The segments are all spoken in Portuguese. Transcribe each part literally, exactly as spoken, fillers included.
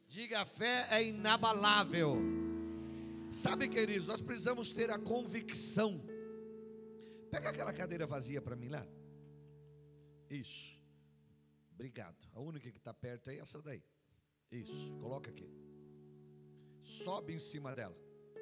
Diga, a fé é inabalável. Sabe, queridos, nós precisamos ter a convicção. Pega aquela cadeira vazia para mim lá. Isso. Obrigado. A única que está perto é essa daí. Isso, coloca aqui. Sobe em cima dela.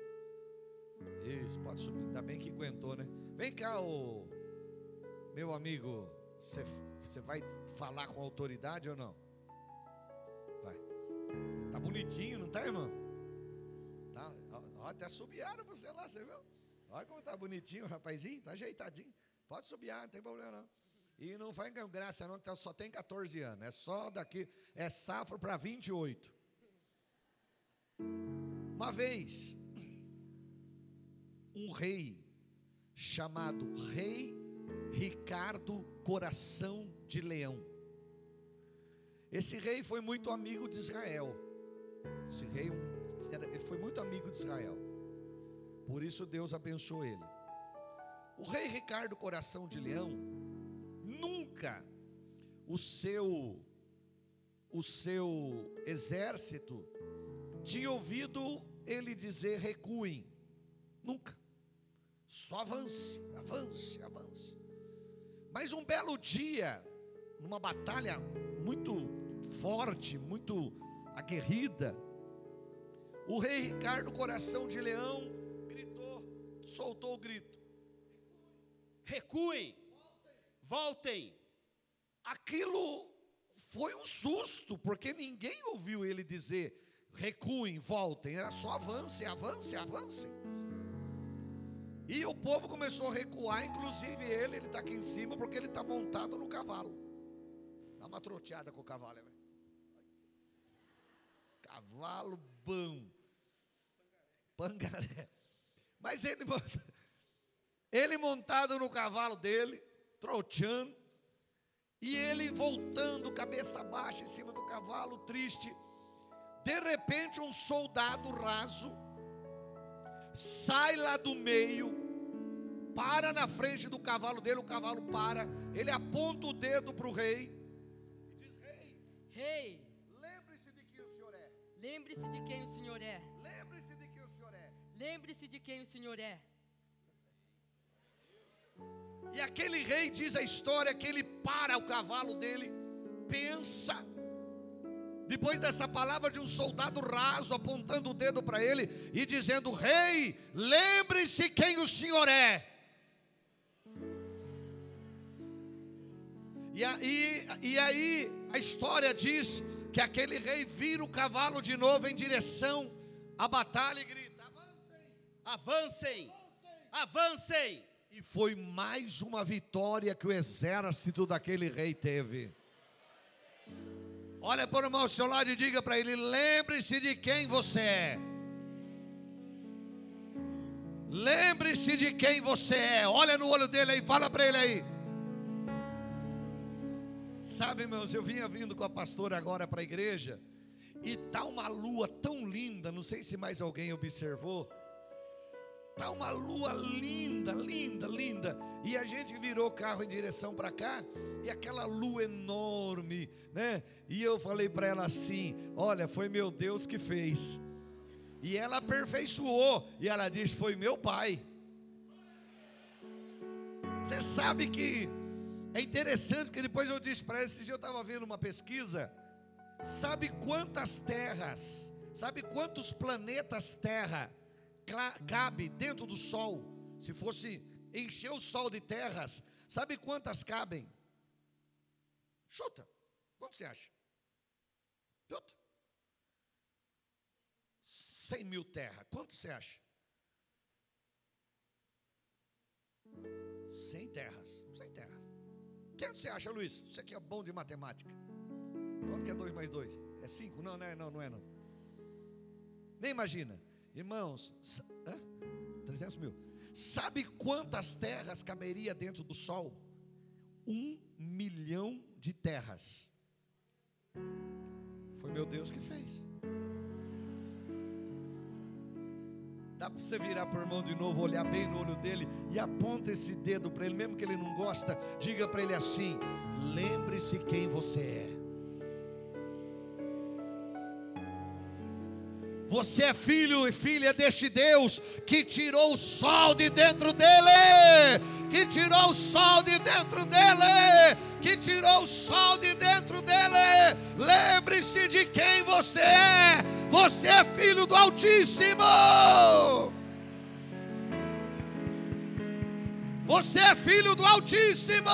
Isso, pode subir. Ainda bem que aguentou, né? Vem cá, ô, meu amigo. Você vai falar com autoridade ou não? Vai. Tá bonitinho, não tá, irmão? Tá, ó, até subiaram você lá, você viu? Olha como tá bonitinho o rapazinho, tá ajeitadinho. Pode subiar, não tem problema não. E não vai com graça não, que só tem quatorze anos. É só daqui, é safra para vinte e oito. Uma vez, um rei chamado Rei Ricardo Coração de Leão. Esse rei foi muito amigo de Israel. Esse rei, ele foi muito amigo de Israel. Por isso Deus abençoou ele. O rei Ricardo Coração de Leão, nunca o seu, o seu exército tinha ouvido ele dizer recuem. Nunca. Só avance, avance, avance. Mas um belo dia, numa batalha muito forte, muito aguerrida, o rei Ricardo Coração de Leão gritou, soltou o grito: recuem, voltem. Aquilo foi um susto, porque ninguém ouviu ele dizer recuem, voltem. Era só avance, avance, avance. E o povo começou a recuar, inclusive ele, ele está aqui em cima, porque ele está montado no cavalo. Dá uma troteada com o cavalo, velho. Cavalo bom. Pangaré. Mas ele, ele montado no cavalo dele, troteando, e ele voltando, cabeça baixa em cima do cavalo, triste. De repente um soldado raso sai lá do meio, para na frente do cavalo dele, o cavalo para, ele aponta o dedo para o rei e diz: rei, Rei, lembre-se de quem o senhor é. lembre-se de quem o Senhor é. Lembre-se de quem o senhor é. Lembre-se de quem o Senhor é. E aquele rei, diz a história, que ele para o cavalo dele, pensa. Depois dessa palavra de um soldado raso apontando o dedo para ele e dizendo: rei, lembre-se quem o senhor é. E aí, e aí a história diz que aquele rei vira o cavalo de novo em direção à batalha e grita: avancem, Avancem, avancem. E foi mais uma vitória que o exército daquele rei teve. Olha para o irmão ao seu lado e diga para ele: lembre-se de quem você é. Lembre-se de quem você é. Olha no olho dele aí, fala para ele aí. Sabe, irmãos, eu vinha vindo com a pastora agora para a igreja, e tá uma lua tão linda, não sei se mais alguém observou. Tá uma lua linda, linda, linda. E a gente virou o carro em direção para cá, e aquela lua enorme, né? E eu falei para ela assim: olha, foi meu Deus que fez. E ela aperfeiçoou, e ela disse: foi meu pai. Você sabe que é interessante, que depois eu disse para ela, esse dia eu estava vendo uma pesquisa. Sabe quantas terras, sabe quantos planetas Terra cabe dentro do Sol? Se fosse encher o Sol de terras, sabe quantas cabem? Chuta, quanto você acha? Chuta. cem mil terras, quanto você acha? cem terras, cem terras. Quanto você acha, Luiz? Você aqui é bom de matemática. Quanto que é dois mais dois? É cinco? Não, não é não, não é não. Nem imagina. Irmãos, hã? trezentos mil. Sabe quantas terras caberia dentro do Sol? Um milhão de terras. Foi meu Deus que fez. Dá para você virar para o irmão de novo, olhar bem no olho dele e aponta esse dedo para ele, mesmo que ele não gosta, diga para ele assim: lembre-se quem você é. Você é filho e filha deste Deus que tirou o sol de dentro dele, que tirou o sol de dentro dele, que tirou o sol de dentro dele. Lembre-se de quem você é. Você é filho do Altíssimo. Você é filho do Altíssimo.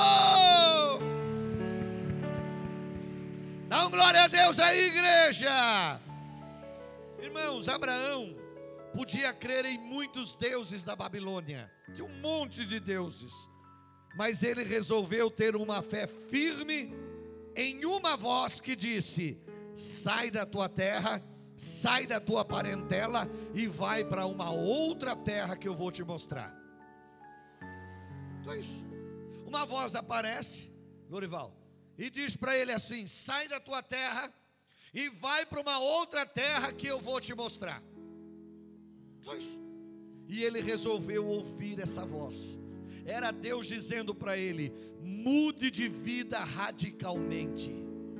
Dá um glória a Deus aí, igreja. Irmãos, Abraão podia crer em muitos deuses da Babilônia, tinha um monte de deuses, mas ele resolveu ter uma fé firme em uma voz que disse: sai da tua terra, sai da tua parentela e vai para uma outra terra que eu vou te mostrar. Então é isso. Uma voz aparece, Lorival, e diz para ele assim: sai da tua terra e vai para uma outra terra que eu vou te mostrar. Só isso. E ele resolveu ouvir essa voz. Era Deus dizendo para ele: mude de vida radicalmente.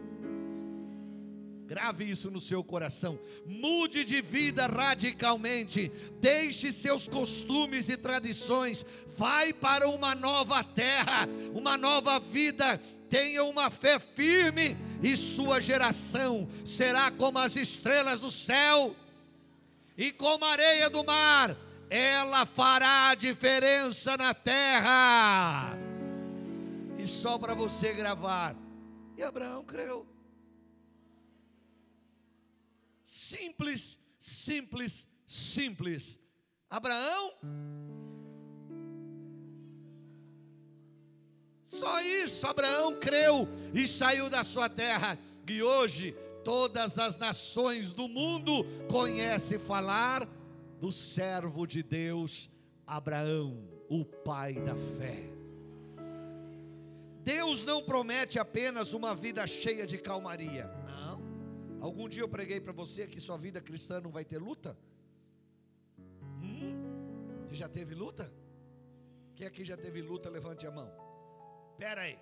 Grave isso no seu coração. Mude de vida radicalmente. Deixe seus costumes e tradições. Vai para uma nova terra, uma nova vida. Tenha uma fé firme, e sua geração será como as estrelas do céu e como a areia do mar. Ela fará a diferença na terra. E só para você gravar: e Abraão creu. Simples, simples, simples. Abraão, só isso. Abraão creu e saiu da sua terra. E hoje todas as nações do mundo conhecem falar do servo de Deus, Abraão, o pai da fé. Deus não promete apenas uma vida cheia de calmaria. Não. Algum dia eu preguei para você que sua vida cristã não vai ter luta? Hum? Você já teve luta? Quem aqui já teve luta, levante a mão. Espera aí.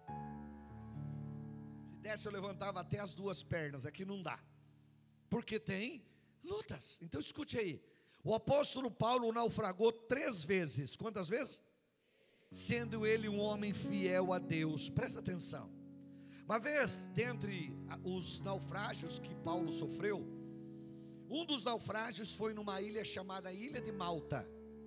Se desse eu levantava até as duas pernas. Aqui não dá, porque tem lutas. Então escute aí. O apóstolo Paulo naufragou três vezes. Quantas vezes? Sendo ele um homem fiel a Deus. Presta atenção. Uma vez, dentre os naufrágios que Paulo sofreu, um dos naufrágios foi numa ilha chamada Ilha de Malta.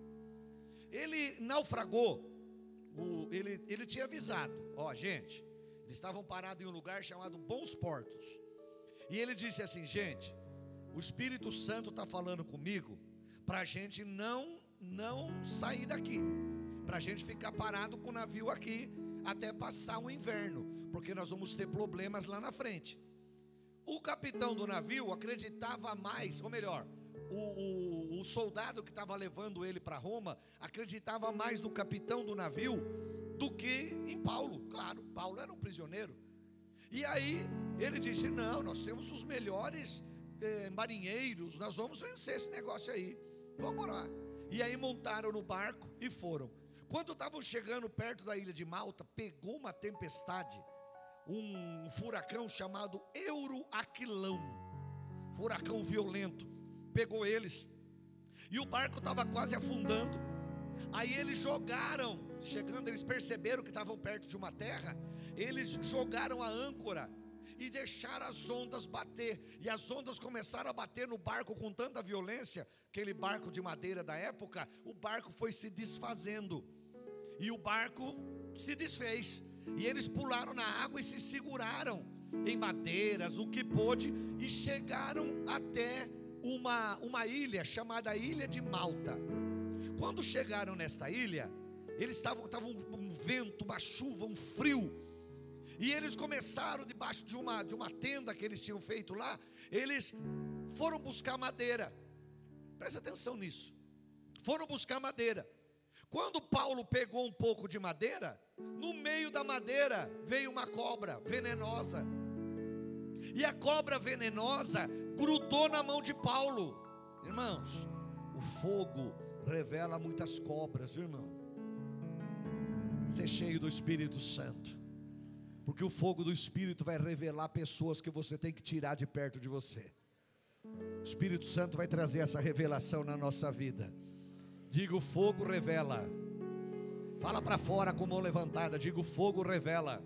Ele naufragou. O, ele, ele tinha avisado: ó, gente, eles estavam parados em um lugar chamado Bons Portos. E ele disse assim: gente, o Espírito Santo está falando comigo para a gente não, não sair daqui, para a gente ficar parado com o navio aqui até passar o inverno, porque nós vamos ter problemas lá na frente. O capitão do navio acreditava mais, ou melhor, o, o, o soldado que estava levando ele para Roma acreditava mais no capitão do navio do que em Paulo. Claro, Paulo era um prisioneiro. E aí ele disse: não, nós temos os melhores eh, marinheiros, nós vamos vencer esse negócio aí, vamos lá. E aí montaram no barco e foram. Quando estavam chegando perto da ilha de Malta, pegou uma tempestade, um furacão chamado Euroaquilão, furacão violento, pegou eles, e o barco estava quase afundando. Aí eles jogaram, chegando, eles perceberam que estavam perto de uma terra, eles jogaram a âncora e deixaram as ondas bater, e as ondas começaram a bater no barco com tanta violência, aquele barco de madeira da época, o barco foi se desfazendo, e o barco se desfez, e eles pularam na água e se seguraram em madeiras, o que pôde, e chegaram até uma, uma ilha chamada Ilha de Malta. Quando chegaram nesta ilha, eles estavam, estavam um vento, uma chuva, um frio, e eles começaram debaixo de uma, de uma tenda que eles tinham feito lá, eles foram buscar madeira. Presta atenção nisso. Foram buscar madeira. Quando Paulo pegou um pouco de madeira, no meio da madeira veio uma cobra venenosa. E a cobra venenosa grudou na mão de Paulo. Irmãos, o fogo revela muitas cobras, viu, irmão? Ser cheio do Espírito Santo, porque o fogo do Espírito vai revelar pessoas que você tem que tirar de perto de você. O Espírito Santo vai trazer essa revelação na nossa vida. Diga: o fogo revela. Fala para fora com mão levantada. Diga: o fogo revela.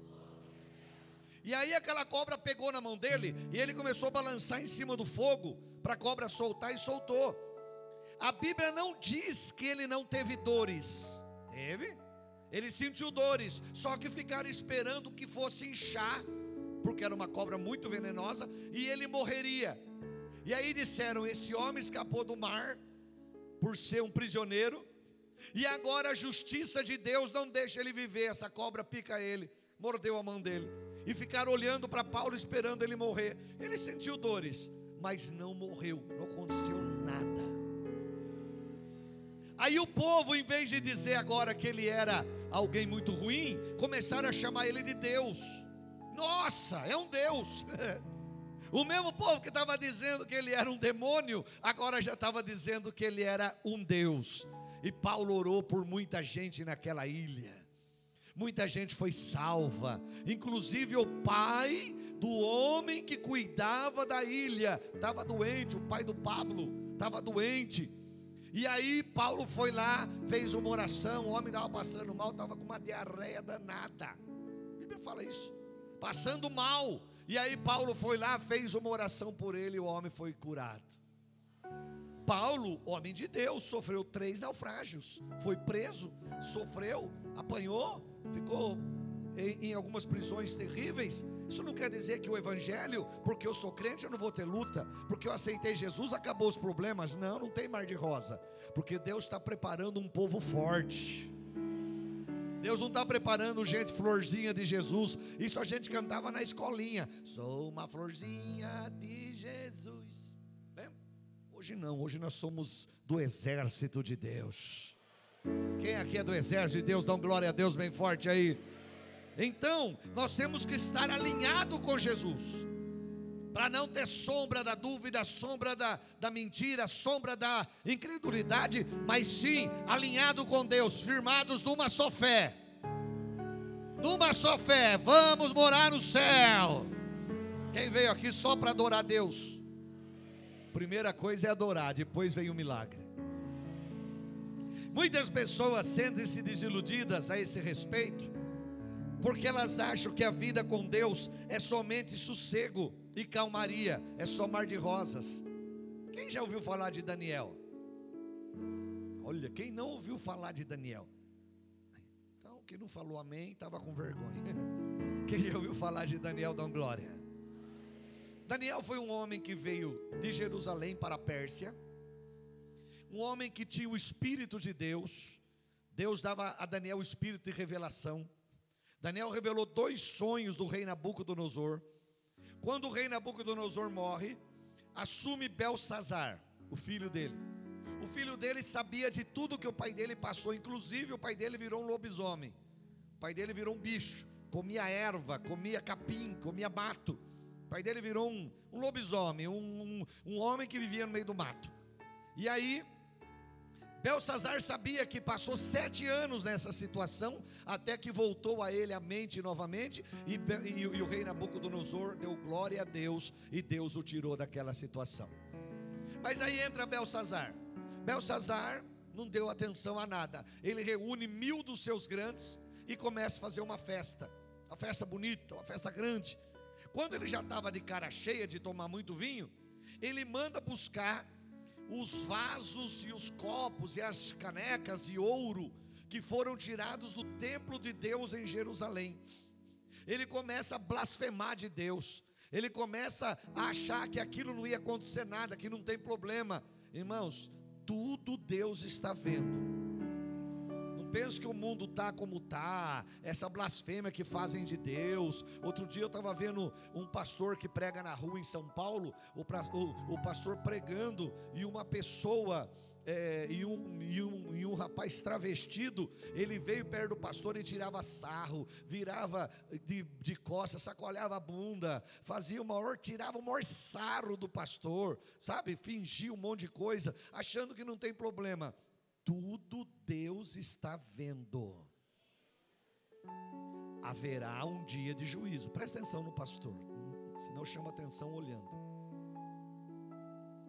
E aí aquela cobra pegou na mão dele e ele começou a balançar em cima do fogo para a cobra soltar, e soltou. A Bíblia não diz que ele não teve dores. Teve? Ele sentiu dores, só que ficaram esperando que fosse inchar, porque era uma cobra muito venenosa e ele morreria. E aí disseram: esse homem escapou do mar por ser um prisioneiro, e agora a justiça de Deus não deixa ele viver. Essa cobra pica ele, mordeu a mão dele. E ficaram olhando para Paulo, esperando ele morrer. Ele sentiu dores, mas não morreu, não aconteceu nada. Aí o povo, em vez de dizer agora que ele era alguém muito ruim, começaram a chamar ele de Deus. Nossa, é um Deus. O mesmo povo que estava dizendo que ele era um demônio, agora já estava dizendo que ele era um Deus. E Paulo orou por muita gente naquela ilha. Muita gente foi salva, inclusive o pai do homem que cuidava da ilha estava doente. O pai do Pablo estava doente. E aí Paulo foi lá, fez uma oração. O homem estava passando mal, estava com uma diarreia danada. A Bíblia fala isso, passando mal. E aí Paulo foi lá, fez uma oração por ele, e o homem foi curado. Paulo, homem de Deus, sofreu três naufrágios, foi preso, sofreu, apanhou, ficou em, em algumas prisões terríveis. Isso não quer dizer que o evangelho, porque eu sou crente, eu não vou ter luta, porque eu aceitei Jesus, acabou os problemas. Não, não tem mar de rosa, porque Deus está preparando um povo forte. Deus não está preparando gente florzinha de Jesus. Isso a gente cantava na escolinha: sou uma florzinha de Jesus. Hoje não, hoje nós somos do exército de Deus. Quem aqui é do exército de Deus, dá um glória a Deus bem forte aí. Então, nós temos que estar alinhado com Jesus, para não ter sombra da dúvida, sombra da, da mentira, sombra da incredulidade, mas sim alinhado com Deus, firmados numa só fé. Numa só fé, vamos morar no céu. Quem veio aqui só para adorar a Deus? Primeira coisa é adorar, depois vem o milagre. Muitas pessoas sentem-se desiludidas a esse respeito, porque elas acham que a vida com Deus é somente sossego e calmaria, é só mar de rosas. Quem já ouviu falar de Daniel? Olha, quem não ouviu falar de Daniel? Então, quem não falou amém, estava com vergonha. Quem já ouviu falar de Daniel, dá glória. Daniel foi um homem que veio de Jerusalém para a Pérsia, um homem que tinha o Espírito de Deus. Deus dava a Daniel o Espírito de revelação. Daniel revelou dois sonhos do rei Nabucodonosor. Quando o rei Nabucodonosor morre, assume Belsazar, o filho dele. O filho dele sabia de tudo que o pai dele passou, inclusive o pai dele virou um lobisomem. O pai dele virou um bicho, comia erva, comia capim, comia mato. O pai dele virou um, um lobisomem, um, um, um homem que vivia no meio do mato. E aí, Belsazar sabia que passou sete anos nessa situação, até que voltou a ele a mente novamente, e, e, e o rei Nabucodonosor deu glória a Deus, e Deus o tirou daquela situação. Mas aí entra Belsazar. Belsazar não deu atenção a nada. Ele reúne mil dos seus grandes e começa a fazer uma festa, uma festa bonita, uma festa grande. Quando ele já estava de cara cheia de tomar muito vinho, ele manda buscar os vasos e os copos e as canecas de ouro que foram tirados do templo de Deus em Jerusalém. Ele começa a blasfemar de Deus. Ele começa a achar que aquilo não ia acontecer nada, que não tem problema. Irmãos, tudo Deus está vendo. Penso que o mundo está como está, essa blasfêmia que fazem de Deus. Outro dia eu estava vendo um pastor que prega na rua em São Paulo, o, o, o pastor pregando, e uma pessoa, é, e, um, e, um, e um rapaz travestido, ele veio perto do pastor e tirava sarro, virava de, de costas, sacolhava a bunda, fazia o maior, tirava o maior sarro do pastor, sabe, fingia um monte de coisa, achando que não tem problema. Tudo Deus está vendo. Haverá um dia de juízo. Presta atenção no pastor, senão chama atenção olhando.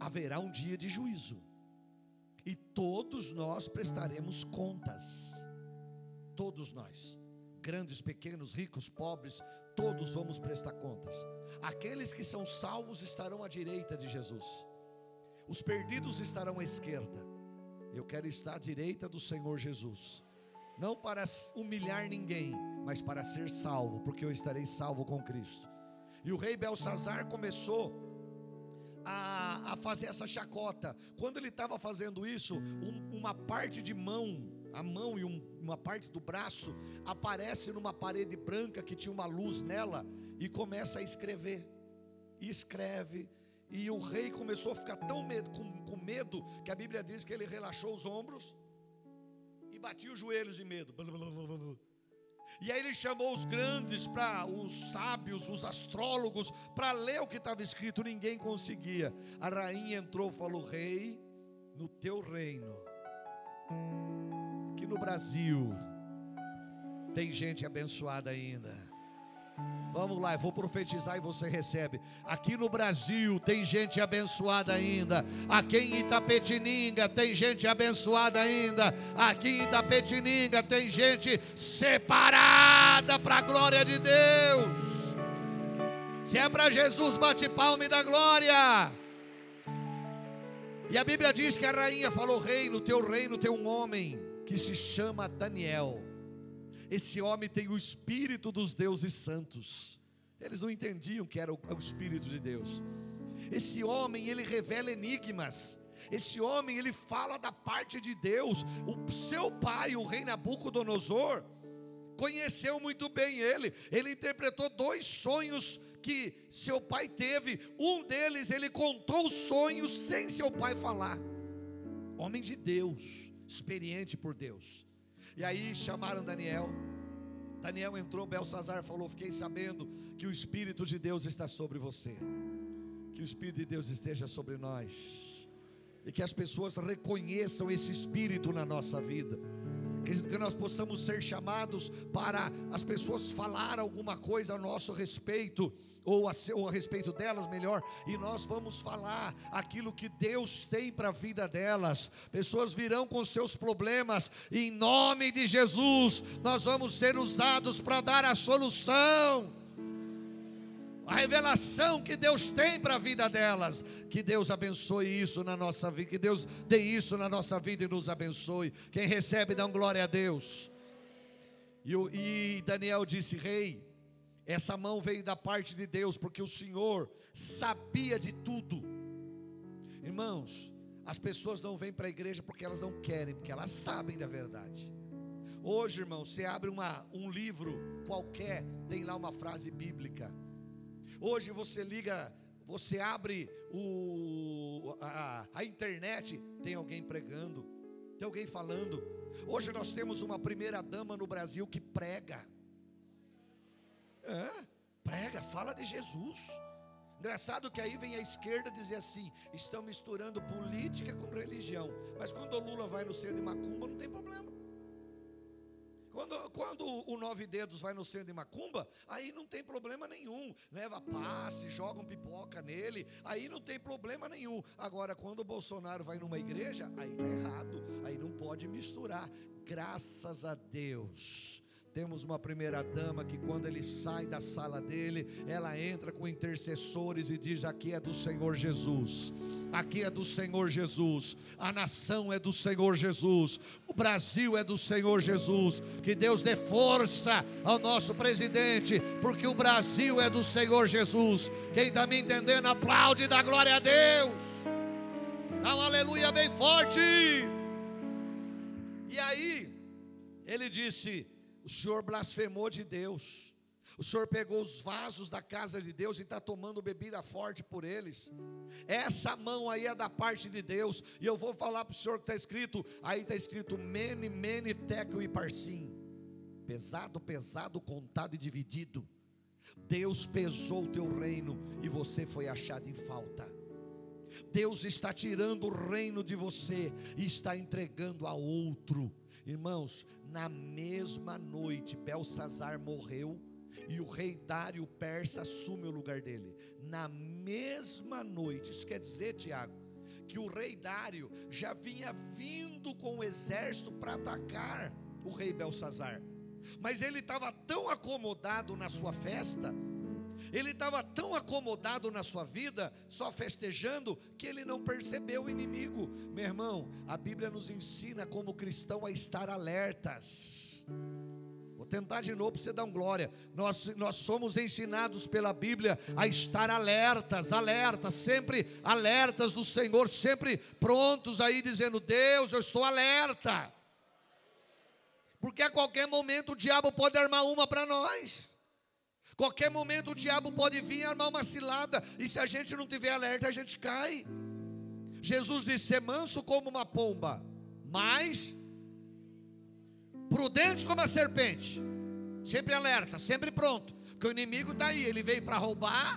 haverá um dia de juízo, e todos nós prestaremos contas. Todos nós, grandes, pequenos, ricos, pobres, todos vamos prestar contas. Aqueles que são salvos estarão à direita de Jesus, os perdidos estarão à esquerda. Eu quero estar à direita do Senhor Jesus, não para humilhar ninguém, mas para ser salvo, porque eu estarei salvo com Cristo. E o rei Belsazar começou a, a fazer essa chacota. Quando ele estava fazendo isso, um, uma parte de mão, a mão e um, uma parte do braço aparece numa parede branca que tinha uma luz nela, e começa a escrever, e escreve. E o rei começou a ficar tão medo, com, com medo, que a Bíblia diz que ele relaxou os ombros e batia os joelhos de medo. E aí ele chamou os grandes, para os sábios, os astrólogos, para ler o que estava escrito. Ninguém conseguia. A rainha entrou e falou: rei, no teu reino, aqui no Brasil, tem gente abençoada ainda. Vamos lá, eu vou profetizar e você recebe. Aqui no Brasil tem gente abençoada ainda. Aqui em Itapetininga tem gente abençoada ainda. Aqui em Itapetininga tem gente separada para a glória de Deus. Se é para Jesus, bate palma e dá glória. E a Bíblia diz que a rainha falou: rei, no teu reino tem um homem que se chama Daniel. Esse homem tem o espírito dos deuses santos. Eles não entendiam que era o, o espírito de Deus. Esse homem, ele revela enigmas. Esse homem, ele fala da parte de Deus. O seu pai, o rei Nabucodonosor, conheceu muito bem ele. Ele interpretou dois sonhos que seu pai teve. Um deles, ele contou os sonhos sem seu pai falar. Homem de Deus, experiente por Deus. E aí chamaram Daniel. Daniel entrou, Belsazar falou: fiquei sabendo que o Espírito de Deus está sobre você. Que o Espírito de Deus esteja sobre nós. E que as pessoas reconheçam esse Espírito na nossa vida. Que nós possamos ser chamados para as pessoas falar alguma coisa a nosso respeito, ou a, ou a respeito delas, melhor, e nós vamos falar aquilo que Deus tem para a vida delas. Pessoas virão com seus problemas, e em nome de Jesus nós vamos ser usados para dar a solução, a revelação que Deus tem para a vida delas. Que Deus abençoe isso na nossa vida, que Deus dê isso na nossa vida e nos abençoe. Quem recebe, dá glória a Deus. E, o, e Daniel disse: rei, essa mão veio da parte de Deus, porque o Senhor sabia de tudo. Irmãos, as pessoas não vêm para a igreja porque elas não querem, porque elas sabem da verdade. Hoje, irmão, você abre uma, um livro qualquer, tem lá uma frase bíblica. Hoje você liga, você abre o, a, a internet, tem alguém pregando, tem alguém falando. Hoje nós temos uma primeira dama no Brasil que prega. É, prega, fala de Jesus. Engraçado que aí vem a esquerda dizer assim: estão misturando política com religião. Mas quando o Lula vai no centro de Macumba, não tem problema. Quando, quando o Nove Dedos vai no centro de Macumba, aí não tem problema nenhum. Leva passe, jogam pipoca nele, aí não tem problema nenhum. Agora, quando o Bolsonaro vai numa igreja, aí está errado, aí não pode misturar. Graças a Deus, temos uma primeira dama que quando ele sai da sala dele, ela entra com intercessores e diz: aqui é do Senhor Jesus. Aqui é do Senhor Jesus, a nação é do Senhor Jesus, o Brasil é do Senhor Jesus. Que Deus dê força ao nosso presidente, porque o Brasil é do Senhor Jesus. Quem está me entendendo, aplaude e dá glória a Deus. Dá um aleluia bem forte. E aí, ele disse: o Senhor blasfemou de Deus. O Senhor pegou os vasos da casa de Deus e está tomando bebida forte por eles. Essa mão aí é da parte de Deus. E eu vou falar para o Senhor que está escrito, aí está escrito mene, mene, tekel e parsim. Pesado, pesado, contado e dividido. Deus pesou o teu reino e você foi achado em falta. Deus está tirando o reino de você e está entregando a outro. Irmãos, na mesma noite Belsazar morreu e o rei Dário persa assume o lugar dele. Na mesma noite. Isso quer dizer, Tiago, que o rei Dário já vinha vindo com o exército para atacar o rei Belsazar. Mas ele estava tão acomodado na sua festa, ele estava tão acomodado na sua vida, só festejando, que ele não percebeu o inimigo. Meu irmão, a Bíblia nos ensina como cristão a estar alertas. Vou tentar de novo para você dar um glória. Nós, nós somos ensinados pela Bíblia a estar alertas, alertas, sempre alertas do Senhor, sempre prontos aí dizendo: Deus, eu estou alerta. Porque a qualquer momento o diabo pode armar uma para nós. Qualquer momento o diabo pode vir e armar uma cilada, e se a gente não tiver alerta, a gente cai. Jesus disse: ser manso como uma pomba, mas prudente como a serpente. Sempre alerta, sempre pronto, porque o inimigo está aí, ele veio para roubar,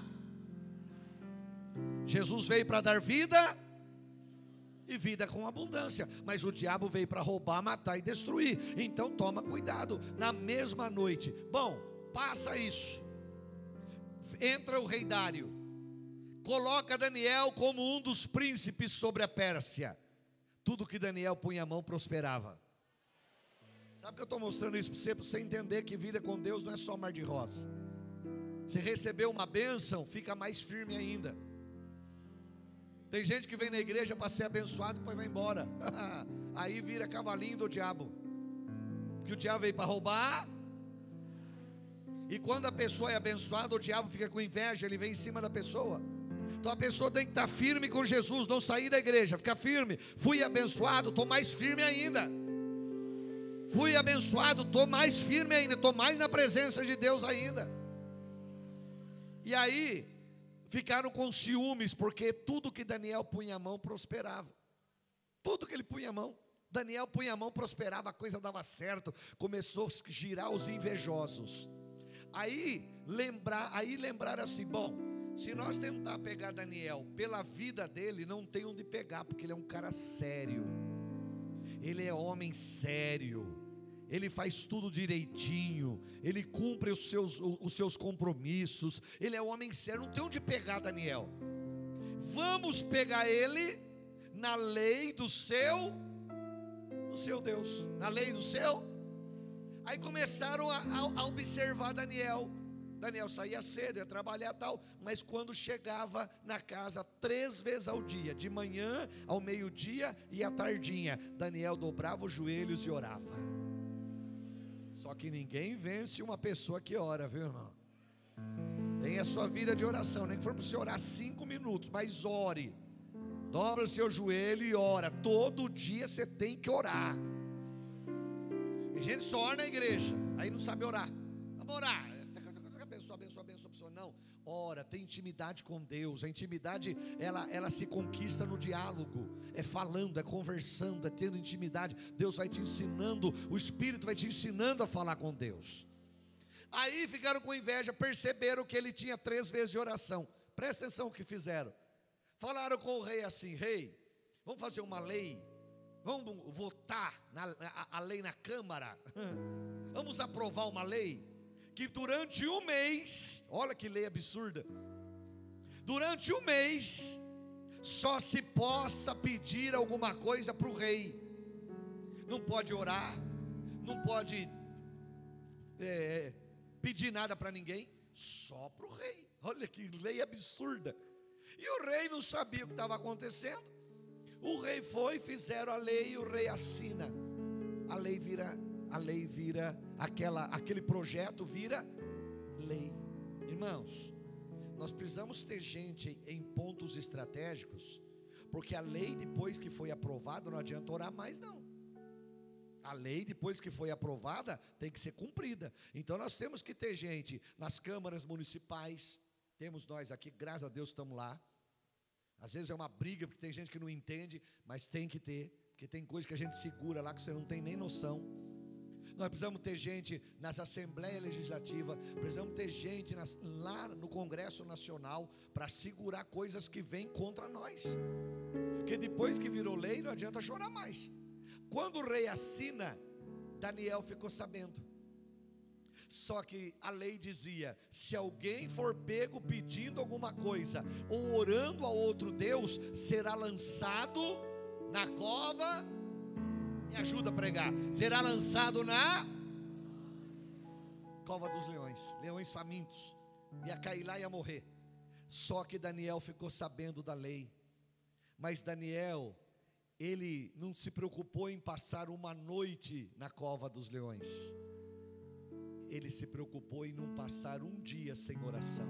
Jesus veio para dar vida, e vida com abundância, mas o diabo veio para roubar, matar e destruir. Então toma cuidado. Na mesma noite, bom, passa isso, entra o rei Dário, coloca Daniel como um dos príncipes sobre a Pérsia. Tudo que Daniel punha a mão prosperava. Sabe que eu estou mostrando isso para você, para você entender que vida com Deus não é só mar de rosa. Você recebeu uma bênção, fica mais firme ainda. Tem gente que vem na igreja para ser abençoado, depois vai embora. Aí vira cavalinho do diabo, porque o diabo veio para roubar. E quando a pessoa é abençoada, o diabo fica com inveja, ele vem em cima da pessoa. Então a pessoa tem que estar firme com Jesus, não sair da igreja, ficar firme. Fui abençoado, estou mais firme ainda. Fui abençoado, estou mais firme ainda, estou mais na presença de Deus ainda. E aí, ficaram com ciúmes, porque tudo que Daniel punha a mão prosperava. Tudo que ele punha a mão, Daniel punha a mão, prosperava, a coisa dava certo. Começou a girar os invejosos. Aí, lembrar, aí lembraram assim: bom, se nós tentar pegar Daniel pela vida dele, não tem onde pegar, porque ele é um cara sério. Ele é homem sério. Ele faz tudo direitinho, ele cumpre os seus, os seus compromissos, ele é um homem sério, não tem onde pegar Daniel. Vamos pegar ele na lei do seu, do seu Deus, na lei do seu. Aí começaram a, a, a observar Daniel. Daniel saía cedo, ia trabalhar e tal, mas quando chegava na casa três vezes ao dia, de manhã, ao meio-dia e à tardinha, Daniel dobrava os joelhos e orava. Só que ninguém vence uma pessoa que ora, viu, irmão? Tem a sua vida de oração, nem que for para você orar cinco minutos, mas ore. Dobra o seu joelho e ora. Todo dia você tem que orar. Tem gente que só ora na igreja, aí não sabe orar. Vamos orar. Abençoa, abençoa, abençoa a pessoa. Não, ora, tem intimidade com Deus. A intimidade, ela, ela se conquista no diálogo. É falando, é conversando, é tendo intimidade. Deus vai te ensinando, o Espírito vai te ensinando a falar com Deus. Aí ficaram com inveja, perceberam que ele tinha três vezes de oração. Presta atenção o que fizeram. Falaram com o rei assim: rei, vamos fazer uma lei, vamos votar na, a, a lei na Câmara, vamos aprovar uma lei que durante um mês, olha que lei absurda, durante um mês, só se possa pedir alguma coisa para o rei. Não pode orar, não pode é, pedir nada para ninguém, só para o rei. Olha que lei absurda. E o rei não sabia o que estava acontecendo. O rei foi, fizeram a lei e o rei assina. A lei vira, a lei vira, aquela, aquele projeto vira lei. Irmãos, nós precisamos ter gente em pontos estratégicos, porque a lei, depois que foi aprovada, não adianta orar mais não. A lei, depois que foi aprovada, tem que ser cumprida. Então nós temos que ter gente nas câmaras municipais. Temos nós aqui, graças a Deus estamos lá. Às vezes é uma briga, porque tem gente que não entende, mas tem que ter, porque tem coisa que a gente segura lá que você não tem nem noção. Nós precisamos ter gente nas assembleias legislativas, precisamos ter gente nas, lá no Congresso Nacional, para segurar coisas que vêm contra nós. Porque depois que virou lei, não adianta chorar mais. Quando o rei assina, Daniel ficou sabendo. Só que a lei dizia: se alguém for pego pedindo alguma coisa ou orando a outro Deus, será lançado na cova. Me ajuda a pregar. Será lançado na cova dos leões. Leões famintos. Ia cair lá e ia morrer. Só que Daniel ficou sabendo da lei. Mas Daniel, ele não se preocupou em passar uma noite na cova dos leões. Ele se preocupou em não passar um dia sem oração.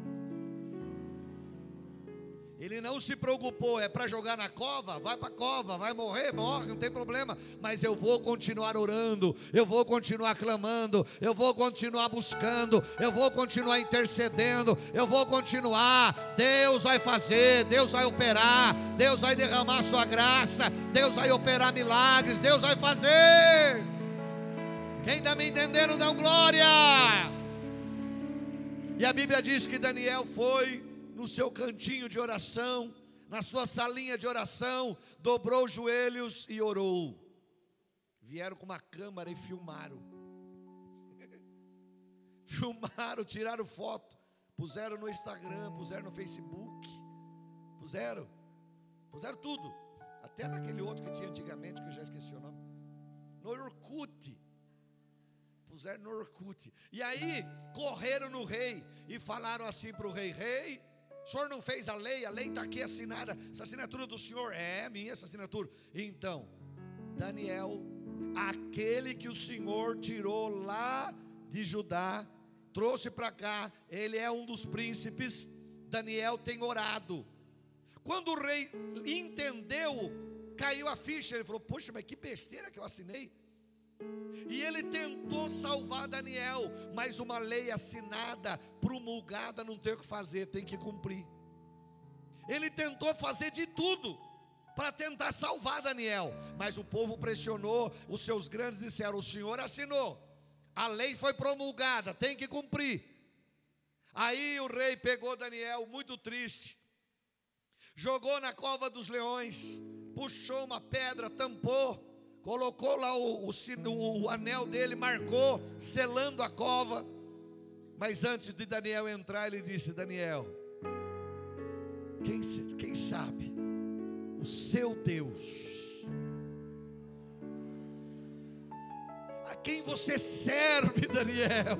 Ele não se preocupou, é para jogar na cova, vai para a cova, vai morrer, morre, não tem problema. Mas eu vou continuar orando, eu vou continuar clamando, eu vou continuar buscando, eu vou continuar intercedendo, eu vou continuar. Deus vai fazer, Deus vai operar, Deus vai derramar sua graça, Deus vai operar milagres, Deus vai fazer. Quem está me entendendo, dá glória. E a Bíblia diz que Daniel foi no seu cantinho de oração, na sua salinha de oração, dobrou os joelhos e orou. Vieram com uma câmera e filmaram. Filmaram, tiraram foto, puseram no Instagram, puseram no Facebook, puseram, puseram tudo. Até naquele outro que tinha antigamente, que eu já esqueci o nome, no Orkut. Puseram no Orkut. E aí, correram no rei e falaram assim para o rei: rei, o senhor não fez a lei, a lei está aqui assinada, essa assinatura do senhor é minha, essa assinatura. Então, Daniel, aquele que o Senhor tirou lá de Judá, trouxe para cá, ele é um dos príncipes. Daniel tem orado. Quando o rei entendeu, caiu a ficha, ele falou: poxa, mas que besteira que eu assinei. E ele tentou salvar Daniel, mas uma lei assinada, promulgada, não tem o que fazer, tem que cumprir. Ele tentou fazer de tudo para tentar salvar Daniel, mas o povo pressionou, os seus grandes disseram: o senhor assinou, a lei foi promulgada, tem que cumprir. Aí o rei pegou Daniel, muito triste, jogou na cova dos leões, puxou uma pedra, tampou, colocou lá o, o, o anel dele, marcou, selando a cova. Mas antes de Daniel entrar, ele disse: Daniel, quem, quem sabe, o seu Deus, a quem você serve, Daniel,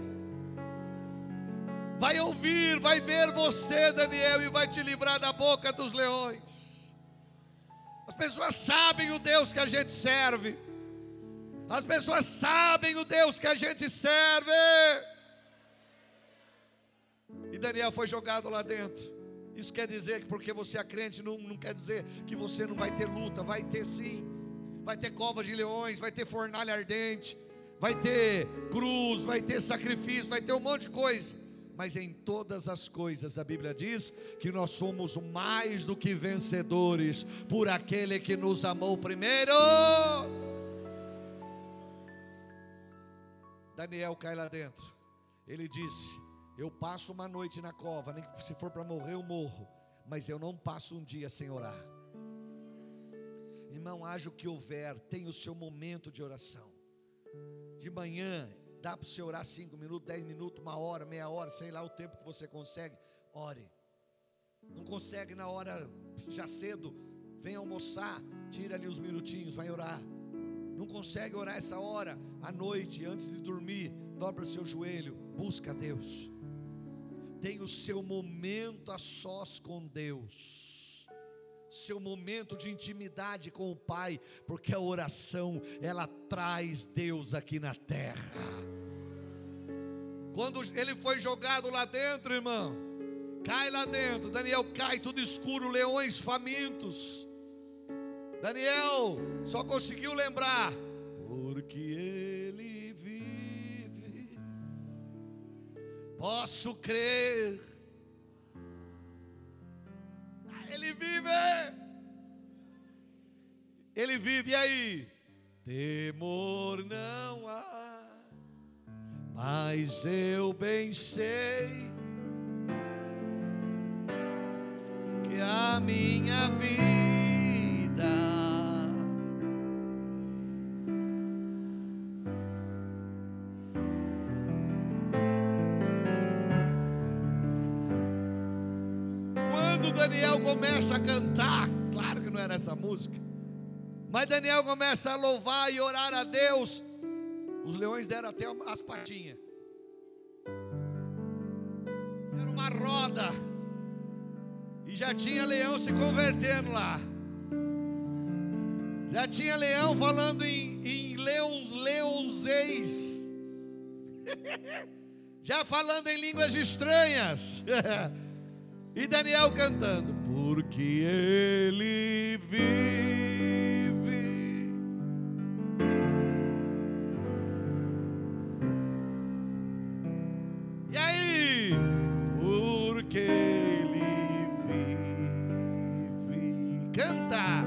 vai ouvir, vai ver você, Daniel, e vai te livrar da boca dos leões. As pessoas sabem o Deus que a gente serve. As pessoas sabem o Deus que a gente serve. E Daniel foi jogado lá dentro. Isso quer dizer que porque você é crente, não, não quer dizer que você não vai ter luta. Vai ter sim. Vai ter cova de leões, vai ter fornalha ardente, vai ter cruz, vai ter sacrifício, vai ter um monte de coisa. Mas em todas as coisas a Bíblia diz que nós somos mais do que vencedores por aquele que nos amou primeiro. Daniel cai lá dentro. Ele disse: eu passo uma noite na cova, nem que se for para morrer eu morro, mas eu não passo um dia sem orar. Irmão, haja o que houver, tem o seu momento de oração. De manhã dá para você orar cinco minutos, dez minutos, uma hora, meia hora, sei lá o tempo que você consegue. Ore. Não consegue na hora já cedo, vem almoçar, tira ali os minutinhos, vai orar. Não consegue orar essa hora, à noite, antes de dormir, dobra seu joelho, busca Deus. Tem o seu momento a sós com Deus, seu momento de intimidade com o Pai, porque a oração, ela traz Deus aqui na terra. Quando ele foi jogado lá dentro, irmão, cai lá dentro, Daniel cai, tudo escuro, leões famintos. Daniel só conseguiu lembrar: porque ele vive, posso crer. Ele vive, ele vive. E aí? Temor não há, mas eu bem sei que a minha vida Daniel começa a cantar. Claro que não era essa música, mas Daniel começa a louvar e orar a Deus. Os leões deram até as patinhas. Era uma roda. E já tinha leão se convertendo lá. Já tinha leão falando em, em leões, leonzeis. Já falando em línguas estranhas. E Daniel cantando. Porque ele vive. E aí? Porque ele vive. Canta.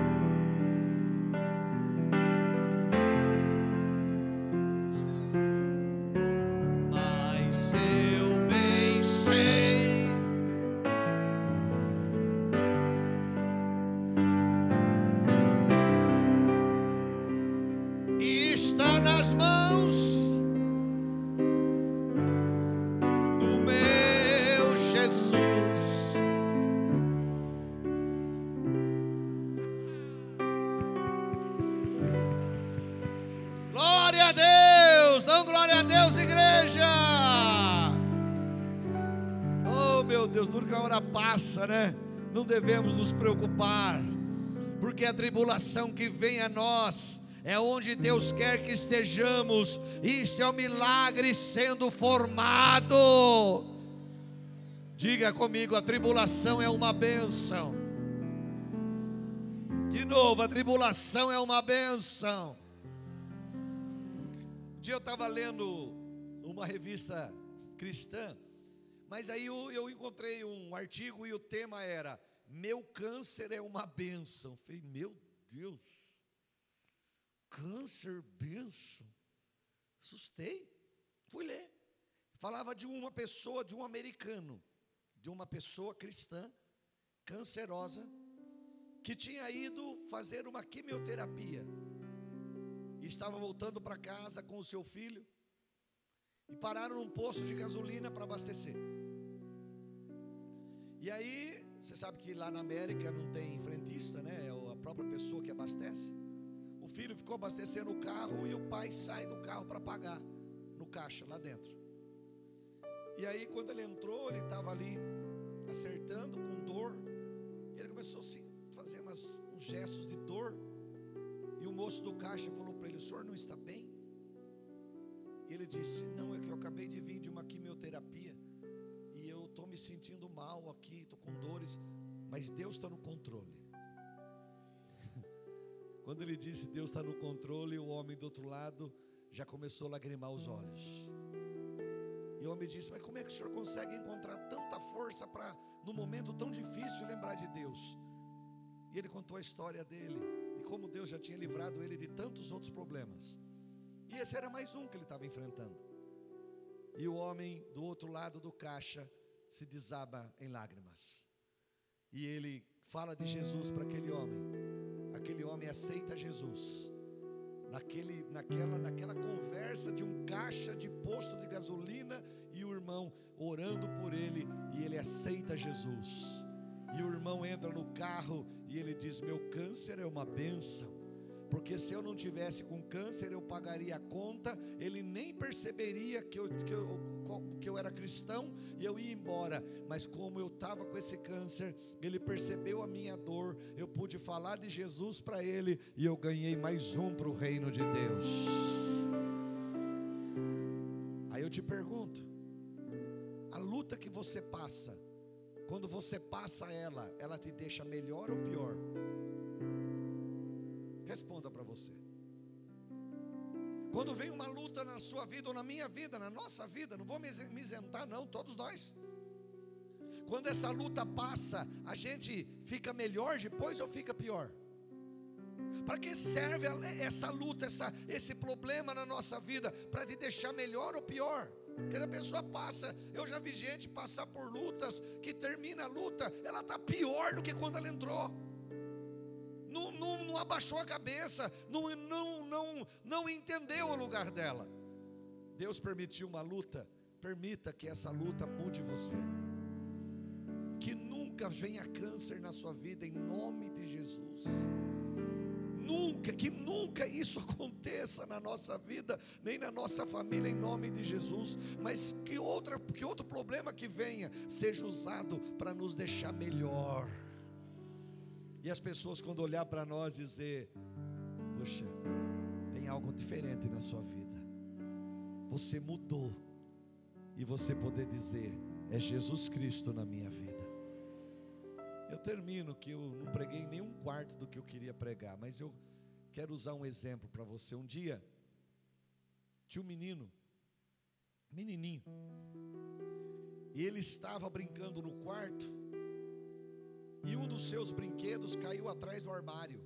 Mas eu bem sei. Está nas mãos do meu Jesus. Glória a Deus, dão glória a Deus, igreja. Oh meu Deus, duro que a hora passa, né? Não devemos nos preocupar, porque a tribulação que vem a nós é onde Deus quer que estejamos. Isto é um milagre sendo formado. Diga comigo, a tribulação é uma bênção. De novo, a tribulação é uma bênção. Um dia eu estava lendo uma revista cristã, mas aí eu, eu encontrei um artigo e o tema era: meu câncer é uma bênção. Falei, meu Deus, câncer, benção. Assustei. Fui ler. Falava de uma pessoa, de um americano, de uma pessoa cristã, cancerosa, que tinha ido fazer uma quimioterapia. E estava voltando para casa com o seu filho. E pararam num posto de gasolina para abastecer. E aí, você sabe que lá na América não tem frentista, né? É a própria pessoa que abastece. O filho ficou abastecendo o carro e o pai sai do carro para pagar no caixa lá dentro. E aí quando ele entrou, ele estava ali acertando com dor. E ele começou assim, a fazer umas, uns gestos de dor. E o moço do caixa falou para ele: o senhor não está bem? E ele disse: não, é que eu acabei de vir de uma quimioterapia e eu estou me sentindo mal aqui, estou com dores, mas Deus está no controle. Quando ele disse Deus está no controle, o homem do outro lado já começou a lagrimar os olhos. E o homem disse: mas como é que o senhor consegue encontrar tanta força para, num momento tão difícil, lembrar de Deus? E ele contou a história dele, e como Deus já tinha livrado ele de tantos outros problemas. E esse era mais um que ele estava enfrentando. E o homem do outro lado do caixa se desaba em lágrimas. E ele fala de Jesus para aquele homem. Aquele homem aceita Jesus. Naquele, naquela, naquela conversa de um caixa de posto de gasolina, e o irmão orando por ele, e ele aceita Jesus. E o irmão entra no carro e ele diz: meu câncer é uma bênção, porque se eu não tivesse com câncer eu pagaria a conta, ele nem perceberia que eu, que eu, que eu era cristão e eu ia embora. Mas como eu estava com esse câncer, ele percebeu a minha dor, eu pude falar de Jesus para ele, e eu ganhei mais um para o reino de Deus. Aí eu te pergunto, a luta que você passa, quando você passa ela, ela te deixa melhor ou pior? Responda para você. Quando vem uma luta na sua vida ou na minha vida, na nossa vida, não vou me isentar não, todos nós. Quando essa luta passa, a gente fica melhor depois ou fica pior? Para que serve essa luta, essa, esse problema na nossa vida? Para te deixar melhor ou pior? Porque a pessoa passa, eu já vi gente passar por lutas, que termina a luta, ela está pior do que quando ela entrou. Não, não, não abaixou a cabeça, não, não, não, não entendeu o lugar dela. Deus permitiu uma luta, permita que essa luta mude você. Que nunca nunca venha câncer na sua vida, em nome de Jesus. Nunca, que nunca isso aconteça na nossa vida, nem na nossa família, em nome de Jesus. Mas que, outra, que outro problema que venha, seja usado para nos deixar melhor. E as pessoas, quando olhar para nós, dizer: poxa, tem algo diferente na sua vida, você mudou. E você poder dizer: é Jesus Cristo na minha vida. Eu termino, que eu não preguei nem um quarto do que eu queria pregar, mas eu quero usar um exemplo para você. Um dia, tinha um menino, menininho, e ele estava brincando no quarto, e um dos seus brinquedos caiu atrás do armário,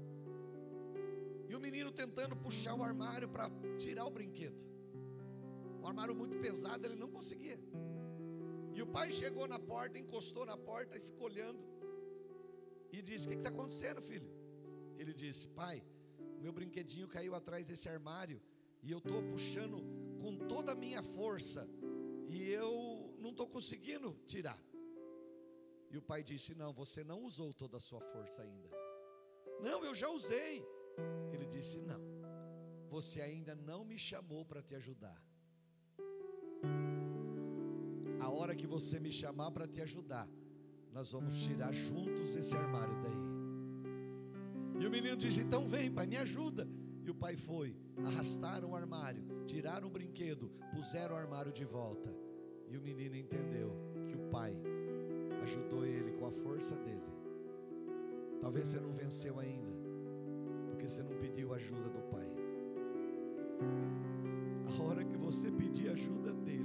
e o menino tentando puxar o armário para tirar o brinquedo, um armário muito pesado, ele não conseguia. E o pai chegou na porta, encostou na porta e ficou olhando, e disse: o que está acontecendo, filho? Ele disse: pai, meu brinquedinho caiu atrás desse armário, e eu estou puxando com toda a minha força, e eu não estou conseguindo tirar. E o pai disse: não, você não usou toda a sua força ainda. Não, eu já usei. Ele disse: não, você ainda não me chamou para te ajudar. A hora que você me chamar para te ajudar, nós vamos tirar juntos esse armário daí. E o menino disse: então vem, pai, me ajuda. E o pai foi, arrastaram o armário, tiraram o brinquedo, puseram o armário de volta. E o menino entendeu que o pai ajudou ele com a força dele. Talvez você não venceu ainda, porque você não pediu ajuda do pai. A hora que você pedir ajuda dele,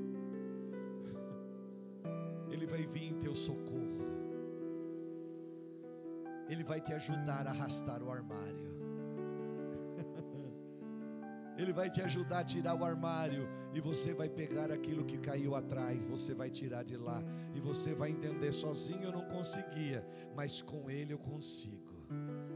ele vai vir em teu socorro. Ele vai te ajudar a arrastar o armário. Ele vai te ajudar a tirar o armário, e você vai pegar aquilo que caiu atrás, você vai tirar de lá, e você vai entender: sozinho eu não conseguia, mas com ele eu consigo.